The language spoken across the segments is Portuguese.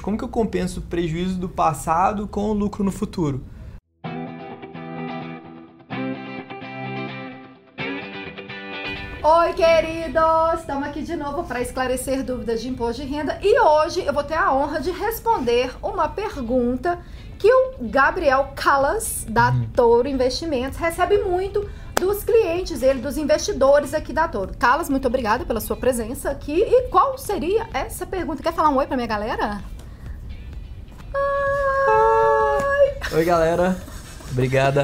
de como que eu compenso o prejuízo do passado com o lucro no futuro. Oi, queridos! Estamos aqui de novo para esclarecer dúvidas de imposto de renda e hoje eu vou ter a honra de responder uma pergunta que o Gabriel Callas, da Toro Investimentos, recebe muito dos clientes dele, dos investidores aqui da Toro. Callas, muito obrigada pela sua presença aqui. E qual seria essa pergunta? Quer falar um oi pra minha galera? Ai. Oi, galera. Obrigada.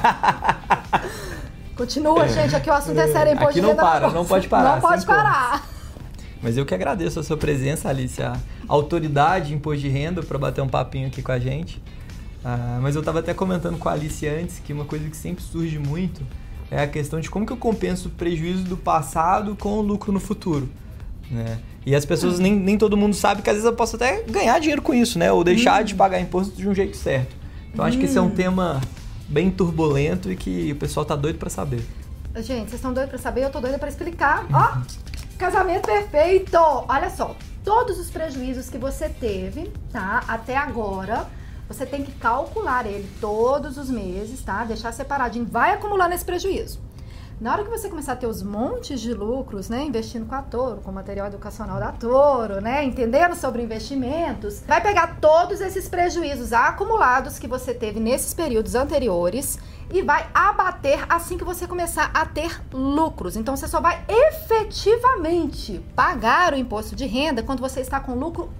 Continua, gente. Aqui o assunto é sério. Imposto aqui de não renda para, não pode parar. Não pode parar. Mas eu que agradeço a sua presença, Alice, a autoridade em imposto de renda, para bater um papinho aqui com a gente. Mas eu estava até comentando com a Alice antes que uma coisa que sempre surge muito é a questão de como que eu compenso o prejuízo do passado com o lucro no futuro, né? E as pessoas, nem todo mundo sabe que às vezes eu posso até ganhar dinheiro com isso, né? Ou deixar de pagar imposto de um jeito certo. Então acho que esse é um tema bem turbulento e que o pessoal tá doido para saber. Gente, vocês estão doidos para saber? Eu tô doida para explicar. Ó, casamento perfeito! Olha só, todos os prejuízos que você teve, tá? Até agora, você tem que calcular ele todos os meses, tá? Deixar separadinho, vai acumulando esse prejuízo. Na hora que você começar a ter os montes de lucros, né? Investindo com a Toro, com o material educacional da Toro, né? Entendendo sobre investimentos, vai pegar todos esses prejuízos acumulados que você teve nesses períodos anteriores e vai abater assim que você começar a ter lucros. Então, você só vai efetivamente pagar o imposto de renda quando você está com lucro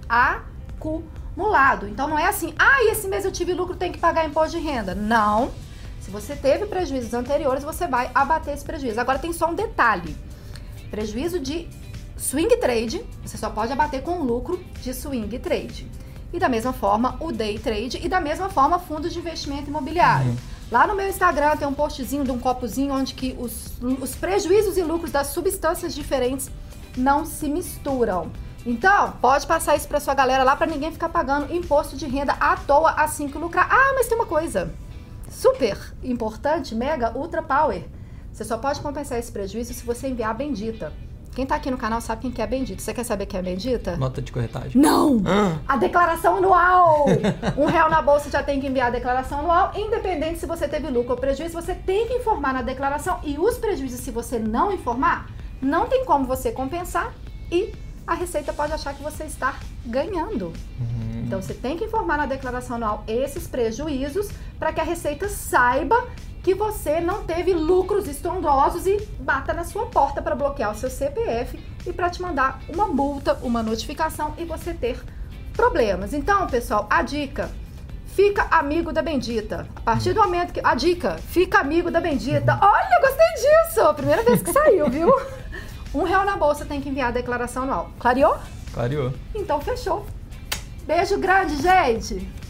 acumulado. Então, não é assim, esse mês eu tive lucro, tem que pagar imposto de renda. Não. Se você teve prejuízos anteriores, você vai abater esse prejuízo. Agora, tem só um detalhe. Prejuízo de swing trade, você só pode abater com lucro de swing trade. E da mesma forma, o day trade e da mesma forma, fundos de investimento imobiliário. Lá no meu Instagram tem um postzinho de um copozinho onde que os prejuízos e lucros das substâncias diferentes não se misturam. Então, pode passar isso para sua galera lá para ninguém ficar pagando imposto de renda à toa assim que lucrar. Mas tem uma coisa super importante, mega, ultra power. Você só pode compensar esse prejuízo se você enviar a Bendita. Quem tá aqui no canal sabe quem que é a Bendita. Você quer saber quem é a Bendita? Nota de corretagem. Não! A declaração anual! R$1 na bolsa já tem que enviar a declaração anual, independente se você teve lucro ou prejuízo, você tem que informar na declaração. E os prejuízos, se você não informar, não tem como você compensar e a Receita pode achar que você está ganhando. Então, você tem que informar na declaração anual esses prejuízos para que a Receita saiba que você não teve lucros estrondosos e bata na sua porta para bloquear o seu CPF e para te mandar uma multa, uma notificação e você ter problemas. Então, pessoal, a dica, fica amigo da Bendita. A partir do momento que... A dica, fica amigo da Bendita. Olha, gostei disso! Primeira vez que saiu, viu? R$1 na bolsa tem que enviar a declaração anual. Clareou? Clareou. Então, fechou. Beijo grande, gente!